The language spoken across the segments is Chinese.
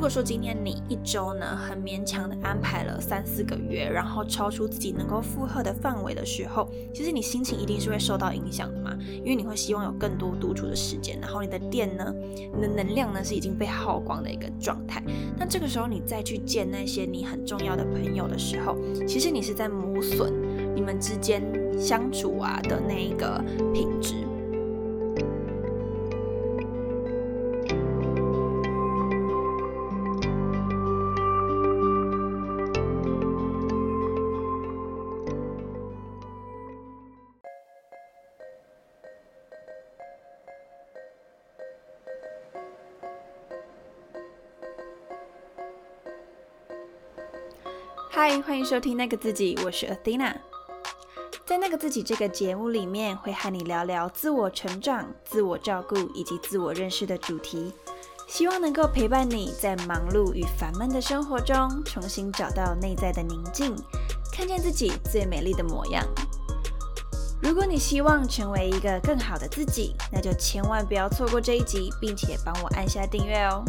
果说今天你一周呢很勉强的安排了3-4个月，然后超出自己能够负荷的范围的时候，其实你心情一定是会受到影响的嘛，因为你会希望有更多独处的时间，然后你的电呢，你的能量呢是已经被耗光的一个状态。那这个时候你再去见那些你很重要的朋友的时候，其实你是在磨损你们之间相处的那一个品质。嗨，欢迎收听那个自己，我是 Athena。 在那个自己这个节目里面，会和你聊聊自我成长、自我照顾以及自我认识的主题，希望能够陪伴你在忙碌与烦闷的生活中重新找到内在的宁静，看见自己最美丽的模样。如果你希望成为一个更好的自己，那就千万不要错过这一集，并且帮我按下订阅哦。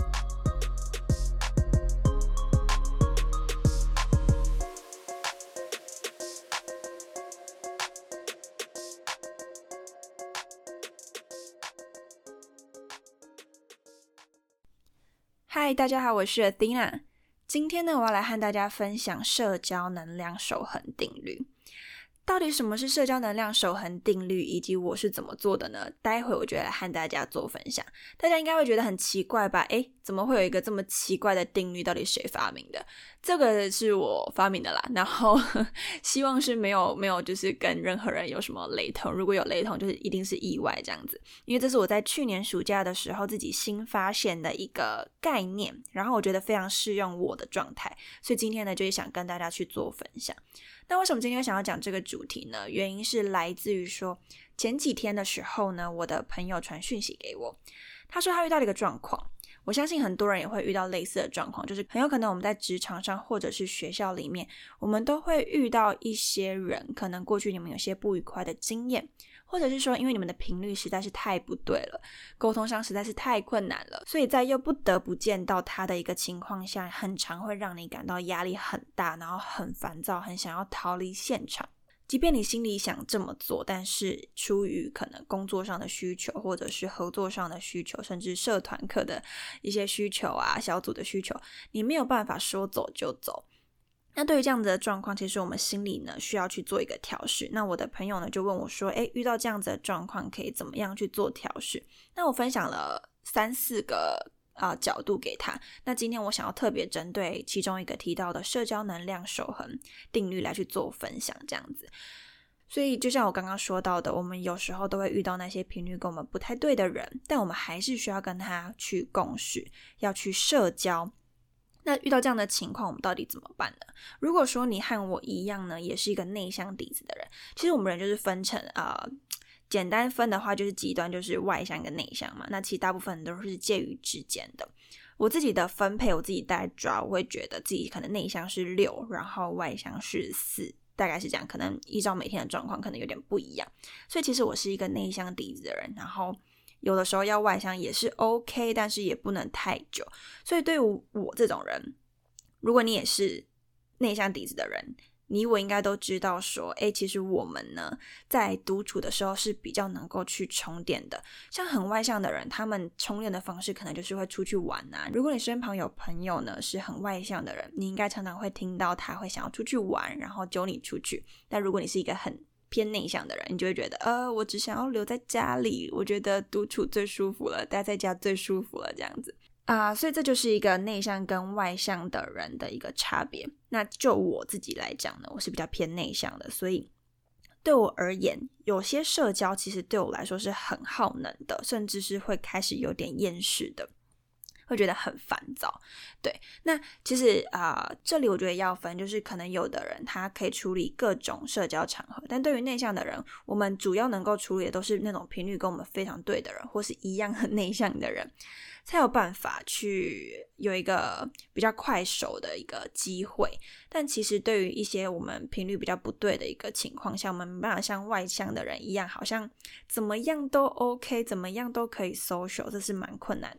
嗨，大家好，我是 Athena。 今天呢，我要来和大家分享社交能量守恒定律。到底什么是社交能量守恒定律，以及我是怎么做的呢？待会我就来和大家做分享。大家应该会觉得很奇怪吧？怎么会有一个这么奇怪的定律？到底谁发明的？这个是我发明的啦，然后希望是没有就是跟任何人有什么雷同，如果有雷同就是一定是意外这样子。因为这是我在去年暑假的时候自己新发现的一个概念，然后我觉得非常适用我的状态，所以今天呢就是想跟大家去做分享。那为什么今天想要讲这个主题呢？原因是来自于说前几天的时候呢，我的朋友传讯息给我，他说他遇到了一个状况，我相信很多人也会遇到类似的状况，就是很有可能我们在职场上或者是学校里面，我们都会遇到一些人，可能过去你们有些不愉快的经验，或者是说因为你们的频率实在是太不对了，沟通上实在是太困难了，所以在又不得不见到他的一个情况下，很常会让你感到压力很大，然后很烦躁，很想要逃离现场。即便你心里想这么做，但是出于可能工作上的需求，或者是合作上的需求，甚至社团课的一些需求小组的需求，你没有办法说走就走。那对于这样子的状况，其实我们心里呢需要去做一个调试。那我的朋友呢就问我说，遇到这样子的状况可以怎么样去做调试？那我分享了3-4个角度给他。那今天我想要特别针对其中一个提到的社交能量守恒定律来去做分享这样子。所以就像我刚刚说到的，我们有时候都会遇到那些频率跟我们不太对的人，但我们还是需要跟他去共事，要去社交。那遇到这样的情况，我们到底怎么办呢？如果说你和我一样呢，也是一个内向底子的人，其实我们人就是分成简单分的话就是极端，就是外向跟内向嘛。那其实大部分都是介于之间的。我自己的分配，我自己大概抓，我会觉得自己可能内向是6，然后外向是4，大概是这样。可能依照每天的状况可能有点不一样。所以其实我是一个内向底子的人，然后有的时候要外向也是 OK， 但是也不能太久。所以对于我这种人，如果你也是内向底子的人，你我应该都知道说，其实我们呢在独处的时候是比较能够去充电的。像很外向的人，他们充电的方式可能就是会出去玩如果你身旁有朋友呢是很外向的人，你应该常常会听到他会想要出去玩，然后揪你出去。但如果你是一个很偏内向的人，你就会觉得我只想要留在家里，我觉得独处最舒服了，待在家最舒服了这样子所以这就是一个内向跟外向的人的一个差别。那就我自己来讲呢，我是比较偏内向的，所以对我而言，有些社交其实对我来说是很耗能的，甚至是会开始有点厌世的，会觉得很烦躁。对，那其实这里我觉得要分，就是可能有的人他可以处理各种社交场合，但对于内向的人，我们主要能够处理的都是那种频率跟我们非常对的人，或是一样很内向的人，才有办法去有一个比较快手的一个机会。但其实对于一些我们频率比较不对的一个情况下，我们没办法像外向的人一样，好像怎么样都 OK， 怎么样都可以 social， 这是蛮困难的。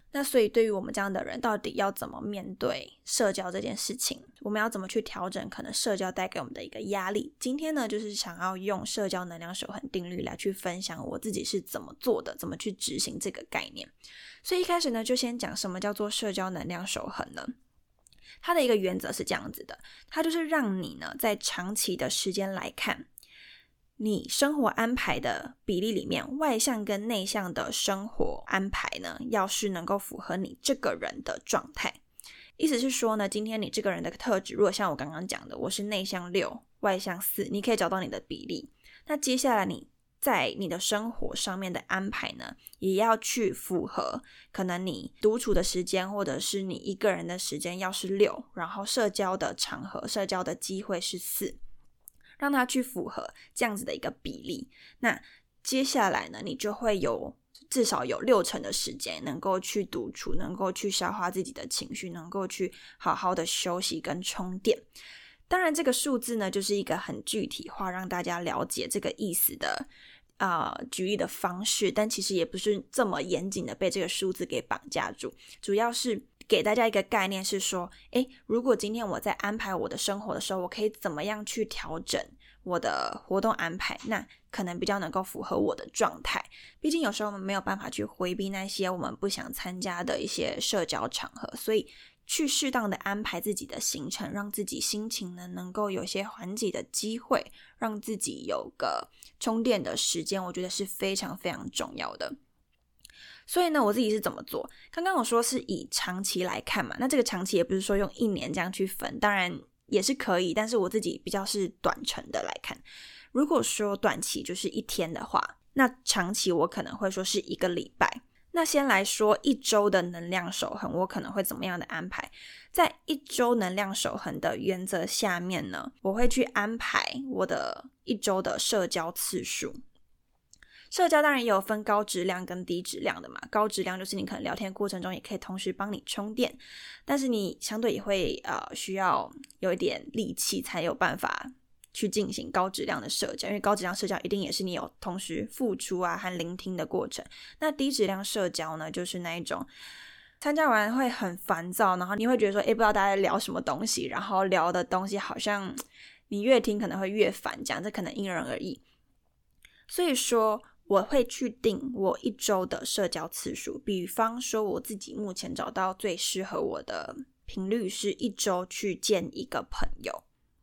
那所以对于我们这样的人，到底要怎么面对社交这件事情？我们要怎么去调整可能社交带给我们的一个压力？今天呢，就是想要用社交能量守恒定律来去分享我自己是怎么做的，怎么去执行这个概念。所以一开始呢，就先讲什么叫做社交能量守恒呢？它的一个原则是这样子的，它就是让你呢在长期的时间来看，你生活安排的比例里面，外向跟内向的生活安排呢，要是能够符合你这个人的状态。意思是说呢，今天你这个人的特质，如果像我刚刚讲的，我是内向6，外向4，你可以找到你的比例。那接下来你在你的生活上面的安排呢，也要去符合可能你独处的时间，或者是你一个人的时间要是6，然后社交的场合、社交的机会是4，让它去符合这样子的一个比例。那接下来呢，你就会至少有60%的时间能够去独处，能够去消化自己的情绪，能够去好好的休息跟充电。当然这个数字呢，就是一个很具体化让大家了解这个意思的举例的方式，但其实也不是这么严谨的被这个数字给绑架住，主要是给大家一个概念是说，如果今天我在安排我的生活的时候，我可以怎么样去调整我的活动安排，那可能比较能够符合我的状态。毕竟有时候我们没有办法去回避那些我们不想参加的一些社交场合，所以去适当的安排自己的行程，让自己心情呢能够有些缓解的机会，让自己有个充电的时间，我觉得是非常非常重要的。所以呢，我自己是怎么做？刚刚我说是以长期来看嘛，那这个长期也不是说用1年这样去分，当然也是可以，但是我自己比较是短程的来看。如果说短期就是1天的话，那长期我可能会说是1个礼拜。那先来说1周的能量守恒，我可能会怎么样的安排？在1周能量守恒的原则下面呢，我会去安排我的1周的社交次数。社交当然也有分高质量跟低质量的嘛，高质量就是你可能聊天过程中也可以同时帮你充电，但是你相对也会需要有一点力气才有办法去进行高质量的社交，因为高质量社交一定也是你有同时付出和聆听的过程。那低质量社交呢，就是那一种参加完会很烦躁，然后你会觉得说不知道大家在聊什么东西，然后聊的东西好像你越听可能会越烦，这可能因人而异。所以说我会去定我1周的社交次数，比方说我自己目前找到最适合我的频率是1周去见1个朋友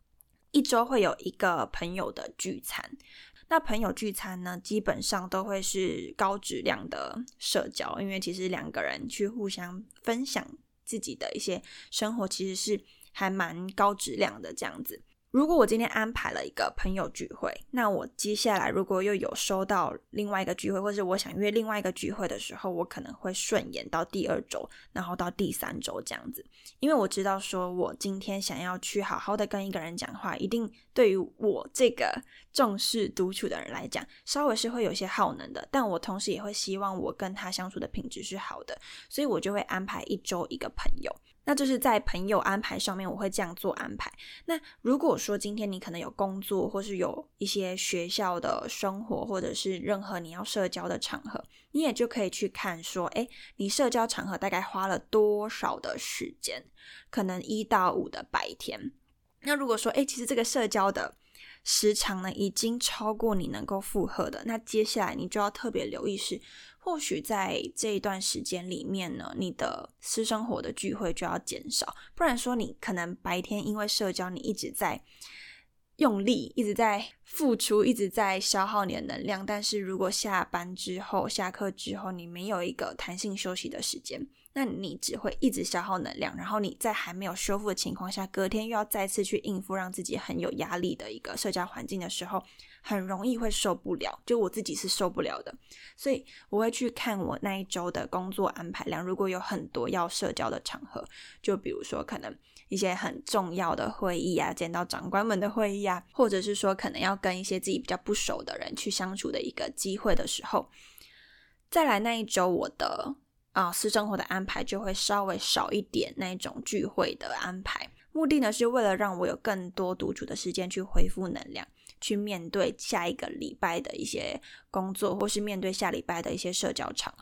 ，1周会有1个朋友的聚餐。那朋友聚餐呢，基本上都会是高质量的社交，因为其实2个人去互相分享自己的一些生活，其实是还蛮高质量的这样子。如果我今天安排了一个朋友聚会，那我接下来如果又有收到另外一个聚会，或者我想约另外一个聚会的时候，我可能会顺延到第2周，然后到第3周这样子。因为我知道说我今天想要去好好的跟一个人讲话，一定对于我这个重视独处的人来讲，稍微是会有些耗能的，但我同时也会希望我跟他相处的品质是好的，所以我就会安排1周1个朋友。那就是在朋友安排上面我会这样做安排。那如果说今天你可能有工作，或是有一些学校的生活，或者是任何你要社交的场合，你也就可以去看说你社交场合大概花了多少的时间，可能1到5的白天。那如果说其实这个社交的时长呢已经超过你能够负荷的，那接下来你就要特别留意是或许在这一段时间里面呢，你的私生活的聚会就要减少，不然说你可能白天因为社交你一直在用力，一直在付出，一直在消耗你的能量，但是如果下班之后下课之后你没有一个弹性休息的时间，那你只会一直消耗能量，然后你在还没有修复的情况下，隔天又要再次去应付让自己很有压力的一个社交环境的时候，很容易会受不了，就我自己是受不了的。所以我会去看我那1周的工作安排量，如果有很多要社交的场合，就比如说可能一些很重要的会议见到长官们的会议或者是说可能要跟一些自己比较不熟的人去相处的一个机会的时候，再来那1周我的私生活的安排就会稍微少一点那种聚会的安排，目的呢是为了让我有更多独处的时间去恢复能量，去面对下一个礼拜的一些工作，或是面对下礼拜的一些社交场合。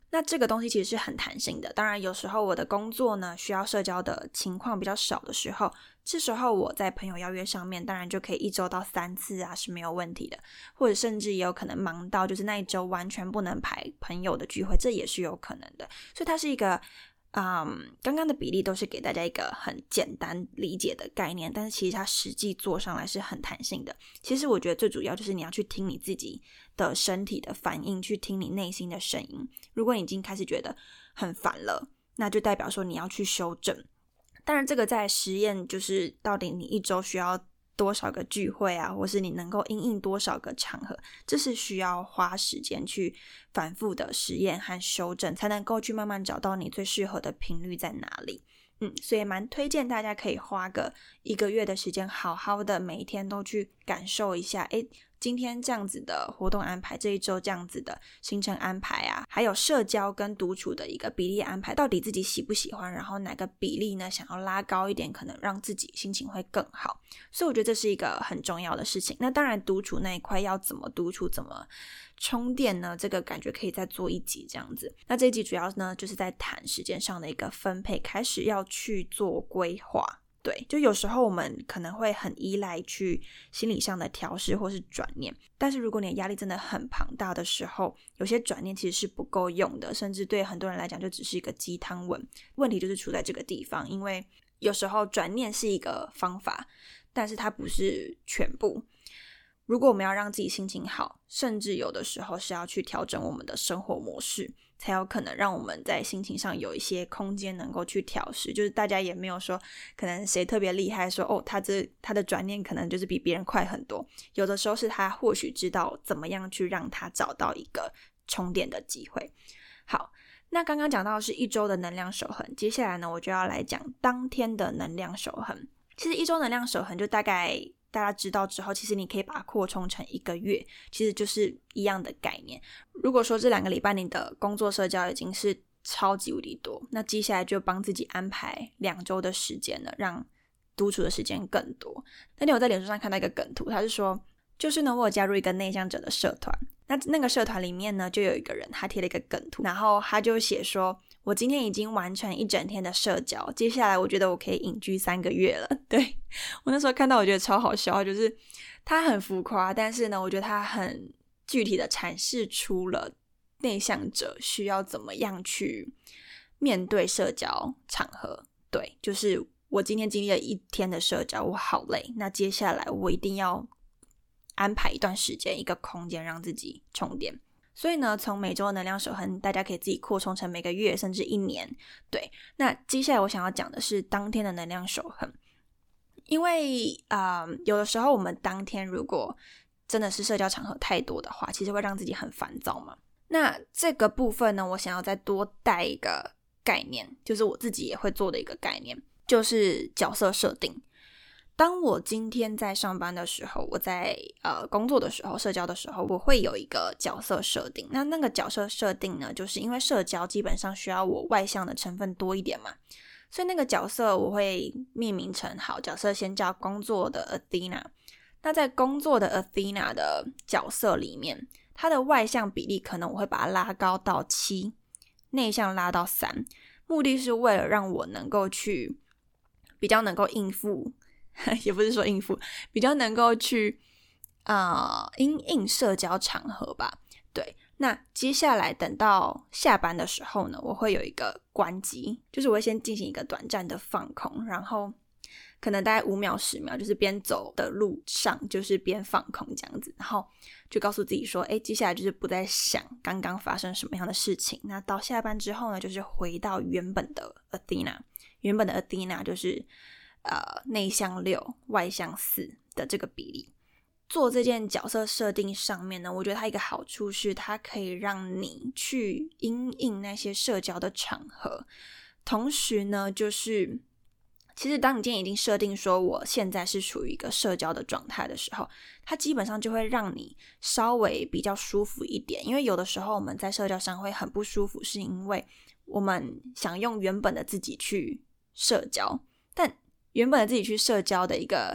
那这个东西其实是很弹性的，当然有时候我的工作呢需要社交的情况比较少的时候，这时候我在朋友邀约上面当然就可以1周到3次啊是没有问题的，或者甚至也有可能忙到就是那一周完全不能排朋友的聚会，这也是有可能的。所以它是一个刚刚的比例都是给大家一个很简单理解的概念，但是其实它实际做上来是很弹性的。其实我觉得最主要就是你要去听你自己的身体的反应，去听你内心的声音。如果你已经开始觉得很烦了，那就代表说你要去修正。当然这个在实验就是到底你1周需要多少个聚会啊，或是你能够因应多少个场合，这是需要花时间去反复的实验和修正，才能够去慢慢找到你最适合的频率在哪里。所以蛮推荐大家可以花个1个月的时间，好好的每一天都去感受一下，今天这样子的活动安排，这一周这样子的行程安排啊，还有社交跟独处的一个比例安排，到底自己喜不喜欢，然后哪个比例呢想要拉高一点，可能让自己心情会更好。所以我觉得这是一个很重要的事情。那当然独处那一块要怎么独处，怎么充电呢，这个感觉可以再做一集这样子。那这一集主要呢就是在谈时间上的一个分配，开始要去做规划。对，就有时候我们可能会很依赖去心理上的调试或是转念，但是如果你的压力真的很庞大的时候，有些转念其实是不够用的，甚至对很多人来讲就只是一个鸡汤文。问题就是出在这个地方，因为有时候转念是一个方法，但是它不是全部。如果我们要让自己心情好，甚至有的时候是要去调整我们的生活模式，才有可能让我们在心情上有一些空间能够去调试。就是大家也没有说可能谁特别厉害说他的转念可能就是比别人快很多，有的时候是他或许知道怎么样去让他找到一个充电的机会。好，那刚刚讲到的是1周的能量守恒，接下来呢我就要来讲当天的能量守恒。其实1周能量守恒就大概大家知道之后，其实你可以把它扩充成1个月，其实就是一样的概念。如果说这2个礼拜你的工作社交已经是超级无敌多，那接下来就帮自己安排2周的时间了，让独处的时间更多。那天我在脸书上看到一个梗图，他是说就是呢我有加入一个内向者的社团，那个社团里面呢就有一个人他贴了一个梗图，然后他就写说我今天已经完成1整天的社交，接下来我觉得我可以隐居3个月了。对，我那时候看到我觉得超好笑，就是他很浮夸，但是呢我觉得他很具体的阐释出了内向者需要怎么样去面对社交场合。对，就是我今天经历了1天的社交，我好累，那接下来我一定要安排一段时间，一个空间让自己充电。所以呢从每周的能量守恒大家可以自己扩充成每个月甚至1年。对，那接下来我想要讲的是当天的能量守恒。因为有的时候我们当天如果真的是社交场合太多的话，其实会让自己很烦躁嘛。那这个部分呢我想要再多带一个概念，就是我自己也会做的一个概念，就是角色设定。当我今天在上班的时候，我在工作的时候，社交的时候，我会有一个角色设定。那个角色设定呢，就是因为社交基本上需要我外向的成分多一点嘛，所以那个角色我会命名成，好，角色先叫工作的 Athena。 那在工作的 Athena 的角色里面，它的外向比例可能我会把它拉高到7，内向拉到3，目的是为了让我能够去比较能够应付也不是说应付，比较能够去因应社交场合吧。对，那接下来等到下班的时候呢，我会有一个关机，就是我会先进行一个短暂的放空，然后可能大概5秒10秒，就是边走的路上就是边放空这样子，然后就告诉自己说接下来就是不再想刚刚发生什么样的事情。那到下班之后呢，就是回到原本的 Athena， 原本的 Athena 就是内向6外向4的这个比例。做这件角色设定上面呢，我觉得它一个好处是它可以让你去因应那些社交的场合，同时呢就是其实当你今天已经设定说我现在是处于一个社交的状态的时候，它基本上就会让你稍微比较舒服一点。因为有的时候我们在社交上会很不舒服，是因为我们想用原本的自己去社交，但原本的自己去社交的一个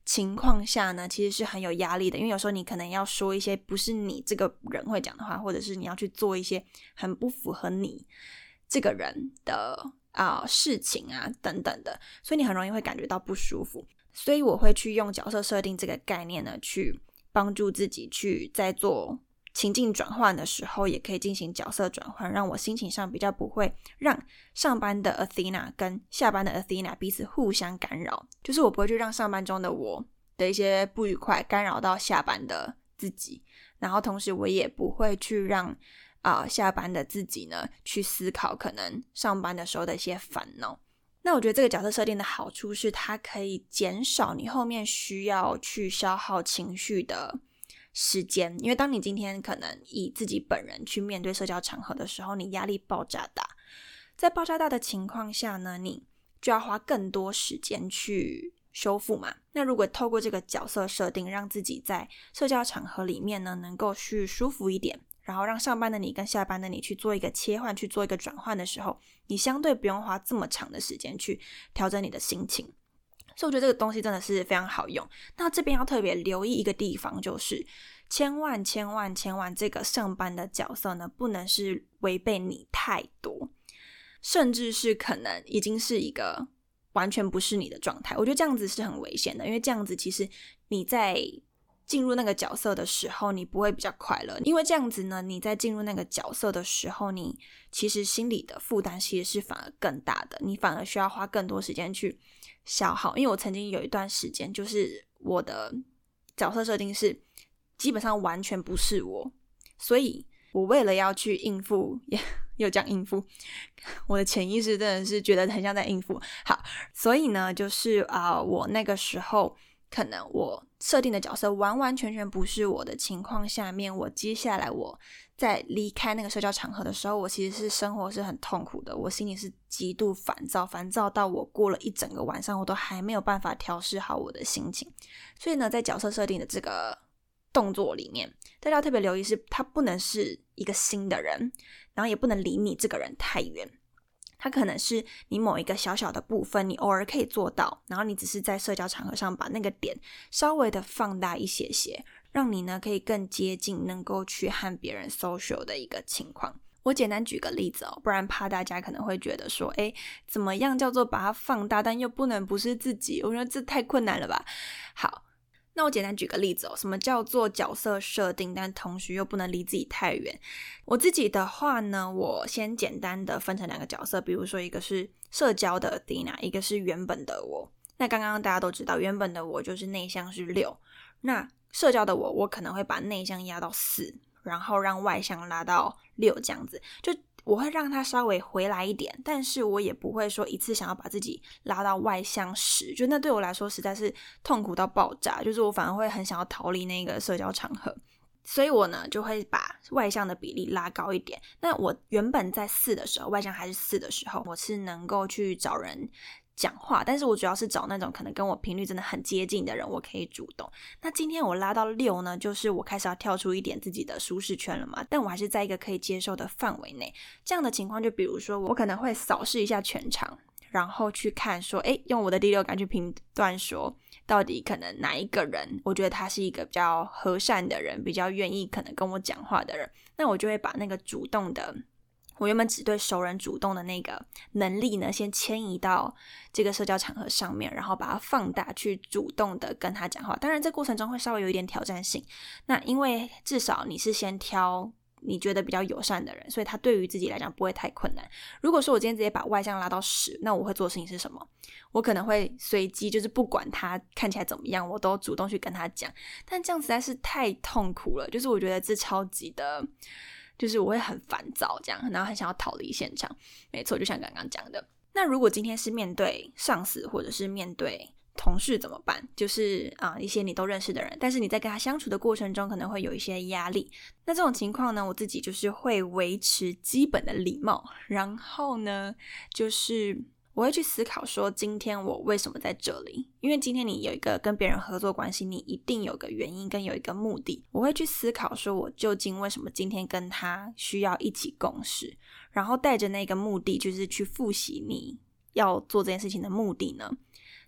情况下呢，其实是很有压力的，因为有时候你可能要说一些不是你这个人会讲的话，或者是你要去做一些很不符合你这个人的事情啊等等的，所以你很容易会感觉到不舒服。所以我会去用角色设定这个概念呢，去帮助自己去在做情境转换的时候也可以进行角色转换，让我心情上比较不会让上班的 Athena 跟下班的 Athena 彼此互相干扰，就是我不会去让上班中的我的一些不愉快干扰到下班的自己，然后同时我也不会去让下班的自己呢去思考可能上班的时候的一些烦恼。那我觉得这个角色设定的好处是它可以减少你后面需要去消耗情绪的时间，因为当你今天可能以自己本人去面对社交场合的时候，你压力爆炸大，在爆炸大的情况下呢，你就要花更多时间去修复嘛。那如果透过这个角色设定让自己在社交场合里面呢能够去舒服一点，然后让上班的你跟下班的你去做一个切换，去做一个转换的时候，你相对不用花这么长的时间去调整你的心情。所以我觉得这个东西真的是非常好用。那这边要特别留意一个地方，就是千万这个上班的角色呢不能是违背你太多，甚至是可能已经是一个完全不是你的状态。我觉得这样子是很危险的，因为这样子其实你在进入那个角色的时候你不会比较快乐，因为这样子呢你在进入那个角色的时候你其实心里的负担其实是反而更大的，你反而需要花更多时间去消耗。因为我曾经有一段时间就是我的角色设定是基本上完全不是我，所以我为了要去应付又讲应付，我的潜意识真的是觉得很像在应付。好，所以呢就是我那个时候可能我设定的角色完完全全不是我的情况下面，我接下来我在离开那个社交场合的时候，我其实是生活是很痛苦的，我心里是极度烦躁到我过了一整个晚上我都还没有办法调试好我的心情。所以呢在角色设定的这个动作里面，大家要特别留意是他不能是一个新的人，然后也不能离你这个人太远，它可能是你某一个小小的部分你偶尔可以做到，然后你只是在社交场合上把那个点稍微的放大一些些，让你呢可以更接近能够去和别人 social 的一个情况。我简单举个例子不然怕大家可能会觉得说怎么样叫做把它放大但又不能不是自己，我觉得这太困难了吧。好，那我简单举个例子什么叫做角色设定但同时又不能离自己太远。我自己的话呢，我先简单的分成两个角色，比如说一个是社交的 Athena， 一个是原本的我。那刚刚大家都知道原本的我就是内向是6，那社交的我可能会把内向压到4，然后让外向拉到6，这样子就我会让它稍微回来一点，但是我也不会说一次想要把自己拉到外向10，就那对我来说实在是痛苦到爆炸，就是我反而会很想要逃离那个社交场合，所以我呢就会把外向的比例拉高一点。那我原本在4的时候，外向还是4的时候，我是能够去找人讲话，但是我主要是找那种可能跟我频率真的很接近的人，我可以主动。那今天我拉到6呢，就是我开始要跳出一点自己的舒适圈了嘛，但我还是在一个可以接受的范围内。这样的情况就比如说我可能会扫视一下全场，然后去看说用我的第6感去评断说到底可能哪一个人我觉得他是一个比较和善的人，比较愿意可能跟我讲话的人，那我就会把那个主动的我原本只对熟人主动的那个能力呢先迁移到这个社交场合上面，然后把它放大去主动的跟他讲话。当然这过程中会稍微有一点挑战性，那因为至少你是先挑你觉得比较友善的人，所以他对于自己来讲不会太困难。如果说我今天直接把外向拉到10，那我会做的事情是什么？我可能会随机就是不管他看起来怎么样我都主动去跟他讲，但这样实在是太痛苦了，就是我觉得这超级的就是我会很烦躁这样，然后很想要逃离现场。没错，就像刚刚讲的。那如果今天是面对上司或者是面对同事怎么办？就是一些你都认识的人，但是你在跟他相处的过程中可能会有一些压力。那这种情况呢，我自己就是会维持基本的礼貌，然后呢就是我会去思考说今天我为什么在这里，因为今天你有一个跟别人合作关系，你一定有个原因跟有一个目的。我会去思考说我究竟为什么今天跟他需要一起共事，然后带着那个目的就是去复习你要做这件事情的目的呢。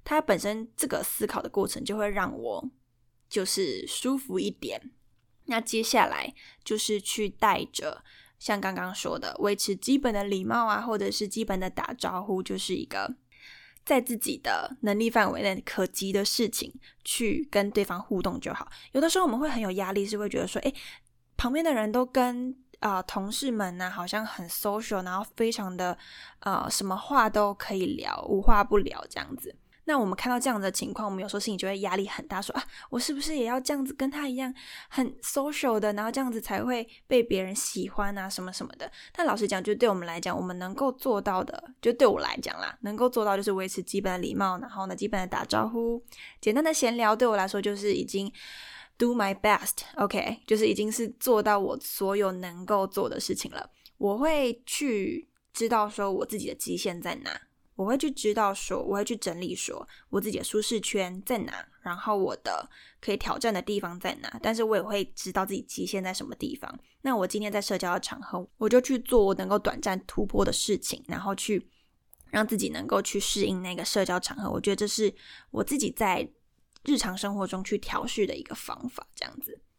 它本身这个思考的过程就会让我就是舒服一点。那接下来就是去带着像刚刚说的维持基本的礼貌啊，或者是基本的打招呼，就是一个在自己的能力范围内可及的事情去跟对方互动就好。有的时候我们会很有压力，是会觉得说旁边的人都跟同事们啊好像很 social， 然后非常的什么话都可以聊，无话不聊这样子。那我们看到这样的情况，我们有时候心里就会压力很大，说我是不是也要这样子跟他一样很 social 的，然后这样子才会被别人喜欢啊什么什么的。但老实讲，就对我们来讲，我们能够做到的，就对我来讲啦，能够做到就是维持基本的礼貌，然后呢基本的打招呼，简单的闲聊，对我来说就是已经do my best， OK， 就是已经是做到我所有能够做的事情了。我会去知道说我自己的极限在哪，我会去知道说，我会去整理说我自己的舒适圈在哪，然后我的可以挑战的地方在哪，但是我也会知道自己极限在什么地方。那我今天在社交的场合，我就去做我能够短暂突破的事情，然后去让自己能够去适应那个社交场合。我觉得这是我自己在日常生活中去调试的一个方法，这样子。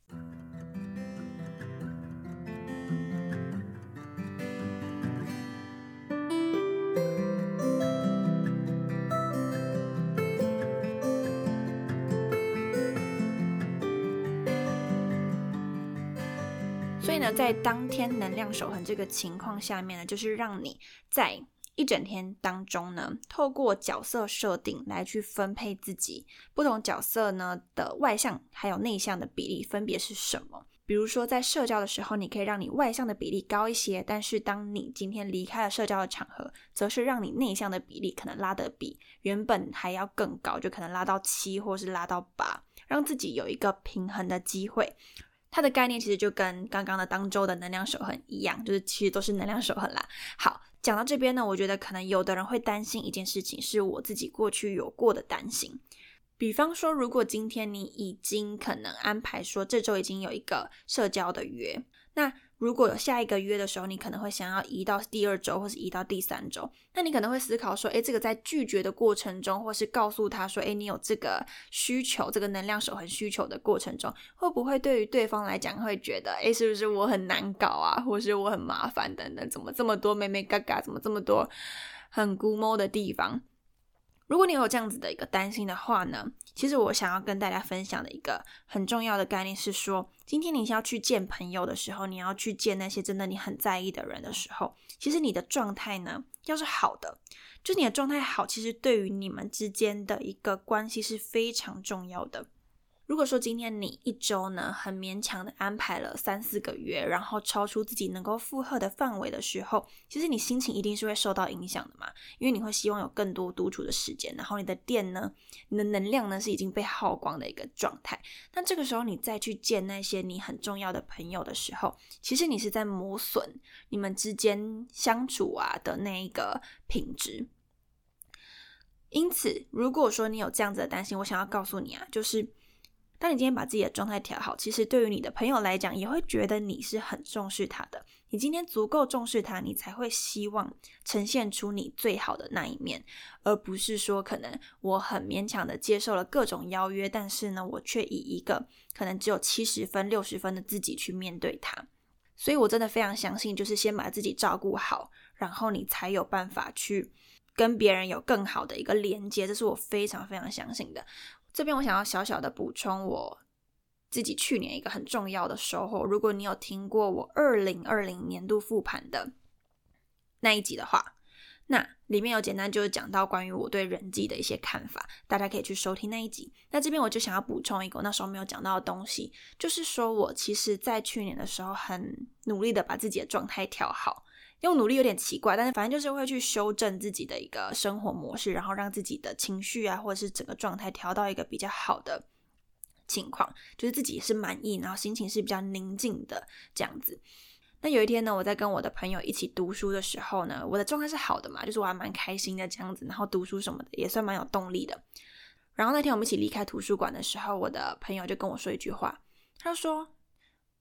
所以呢，在当天能量守恒这个情况下面呢，就是让你在一整天当中呢，透过角色设定来去分配自己不同角色呢的外向还有内向的比例分别是什么。比如说在社交的时候，你可以让你外向的比例高一些，但是当你今天离开了社交的场合，则是让你内向的比例可能拉得比原本还要更高，就可能拉到7或是拉到8，让自己有一个平衡的机会。它的概念其实就跟刚刚的当周的能量守恒一样，就是其实都是能量守恒啦。好，讲到这边呢，我觉得可能有的人会担心一件事情，是我自己过去有过的担心。比方说，如果今天你已经可能安排说这周已经有一个社交的约，那如果有下一个约的时候，你可能会想要移到第2周或是移到第3周，那你可能会思考说这个在拒绝的过程中，或是告诉他说你有这个需求，这个能量守恒需求的过程中，会不会对于对方来讲会觉得是不是我很难搞啊，或是我很麻烦等等，怎么这么多妹妹嘎嘎，怎么这么多很估摸的地方。如果你有这样子的一个担心的话呢，其实我想要跟大家分享的一个很重要的概念是说，今天你要去见朋友的时候，你要去见那些真的你很在意的人的时候，其实你的状态呢要是好的，就是你的状态好，其实对于你们之间的一个关系是非常重要的。如果说今天你一周呢很勉强的安排了3-4个月，然后超出自己能够负荷的范围的时候，其实你心情一定是会受到影响的嘛，因为你会希望有更多独处的时间，然后你的电呢，你的能量呢是已经被耗光的一个状态。那这个时候你再去见那些你很重要的朋友的时候，其实你是在磨损你们之间相处的那一个品质。因此如果说你有这样子的担心，我想要告诉你就是当你今天把自己的状态调好，其实对于你的朋友来讲也会觉得你是很重视他的，你今天足够重视他，你才会希望呈现出你最好的那一面，而不是说可能我很勉强的接受了各种邀约，但是呢我却以一个可能只有70分60分的自己去面对他。所以我真的非常相信，就是先把自己照顾好，然后你才有办法去跟别人有更好的一个连接，这是我非常非常相信的。这边我想要小小的补充我自己去年一个很重要的收获，如果你有听过我2020年度复盘的那一集的话，那里面有简单就是讲到关于我对人际的一些看法，大家可以去收听那一集。那这边我就想要补充一个我那时候没有讲到的东西，就是说我其实在去年的时候很努力的把自己的状态调好，用努力有点奇怪，但是反正就是会去修正自己的一个生活模式，然后让自己的情绪或者是整个状态调到一个比较好的情况，就是自己也是满意，然后心情是比较宁静的这样子。那有一天呢，我在跟我的朋友一起读书的时候呢，我的状态是好的嘛，就是我还蛮开心的这样子，然后读书什么的也算蛮有动力的。然后那天我们一起离开图书馆的时候，我的朋友就跟我说一句话，他说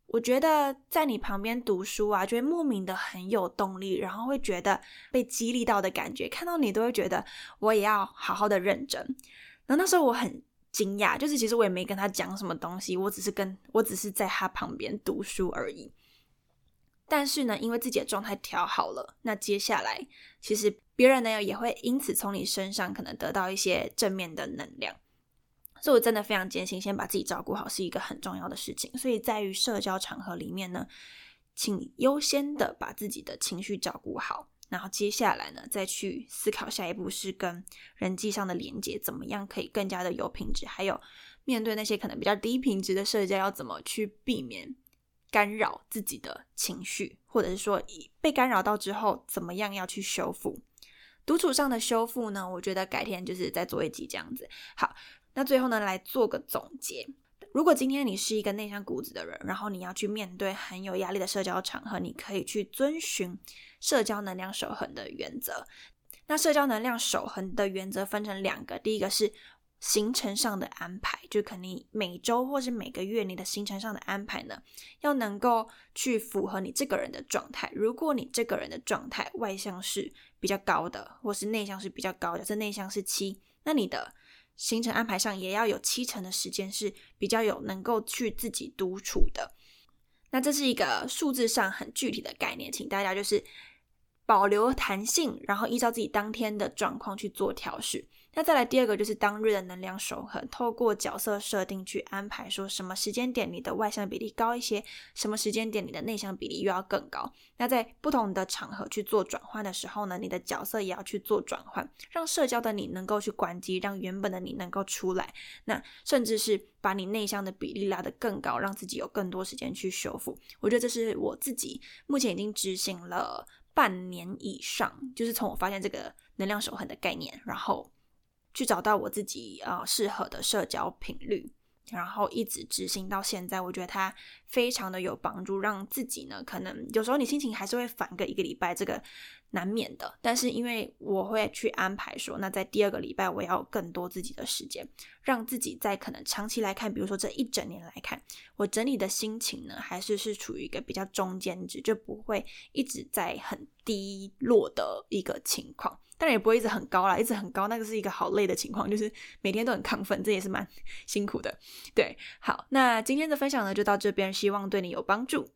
我觉得在你旁边读书啊，就会莫名的很有动力，然后会觉得被激励到的感觉，看到你都会觉得我也要好好的认真。然后那时候我很惊讶，就是其实我也没跟他讲什么东西，我只是在他旁边读书而已。但是呢，因为自己的状态调好了，那接下来其实别人呢也会因此从你身上可能得到一些正面的能量。所以我真的非常坚信，先把自己照顾好是一个很重要的事情。所以在于社交场合里面呢，请优先的把自己的情绪照顾好，然后接下来呢，再去思考下一步是跟人际上的连接怎么样可以更加的有品质，还有面对那些可能比较低品质的社交，要怎么去避免干扰自己的情绪，或者是说被干扰到之后怎么样要去修复。独处上的修复呢，我觉得改天就是再做一集这样子。好，那最后呢，来做个总结。如果今天你是一个内向骨子的人，然后你要去面对很有压力的社交场合，你可以去遵循社交能量守恒的原则。那社交能量守恒的原则分成2个，第一个是行程上的安排，就可能每周或是每个月你的行程上的安排呢，要能够去符合你这个人的状态。如果你这个人的状态外向是比较高的，或是内向是比较高的，这内向是7，那你的行程安排上也要有70%的时间是比较有能够去自己独处的。那这是一个数字上很具体的概念，请大家就是保留弹性，然后依照自己当天的状况去做调试。那再来第2个就是当日的能量守恒，透过角色设定去安排说什么时间点你的外向比例高一些，什么时间点你的内向比例又要更高。那在不同的场合去做转换的时候呢，你的角色也要去做转换，让社交的你能够去关机，让原本的你能够出来，那甚至是把你内向的比例拉得更高，让自己有更多时间去修复。我觉得这是我自己目前已经执行了半年以上，就是从我发现这个能量守恒的概念，然后去找到我自己适合的社交频率，然后一直执行到现在。我觉得它非常的有帮助，让自己呢，可能有时候你心情还是会烦个1个礼拜，这个难免的，但是因为我会去安排说，那在第2个礼拜我要有更多自己的时间，让自己在可能长期来看，比如说这1整年来看，我整理的心情呢还是处于一个比较中间值，就不会一直在很低落的一个情况。当然也不会一直很高啦，一直很高那个是一个好累的情况，就是每天都很亢奋，这也是蛮辛苦的。对，好，那今天的分享呢就到这边，希望对你有帮助。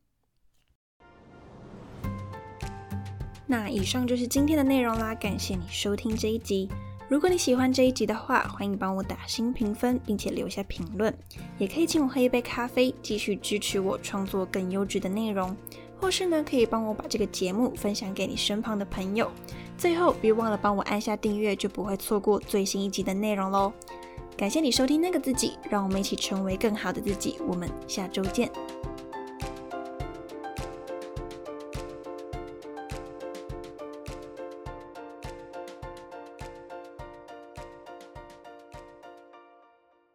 那以上就是今天的内容啦，感谢你收听这一集。如果你喜欢这一集的话，欢迎帮我打星评分，并且留下评论，也可以请我喝一杯咖啡，继续支持我创作更优质的内容，或是呢可以帮我把这个节目分享给你身旁的朋友。最后别忘了帮我按下订阅，就不会错过最新一集的内容咯。感谢你收听那个自己，让我们一起成为更好的自己，我们下周见。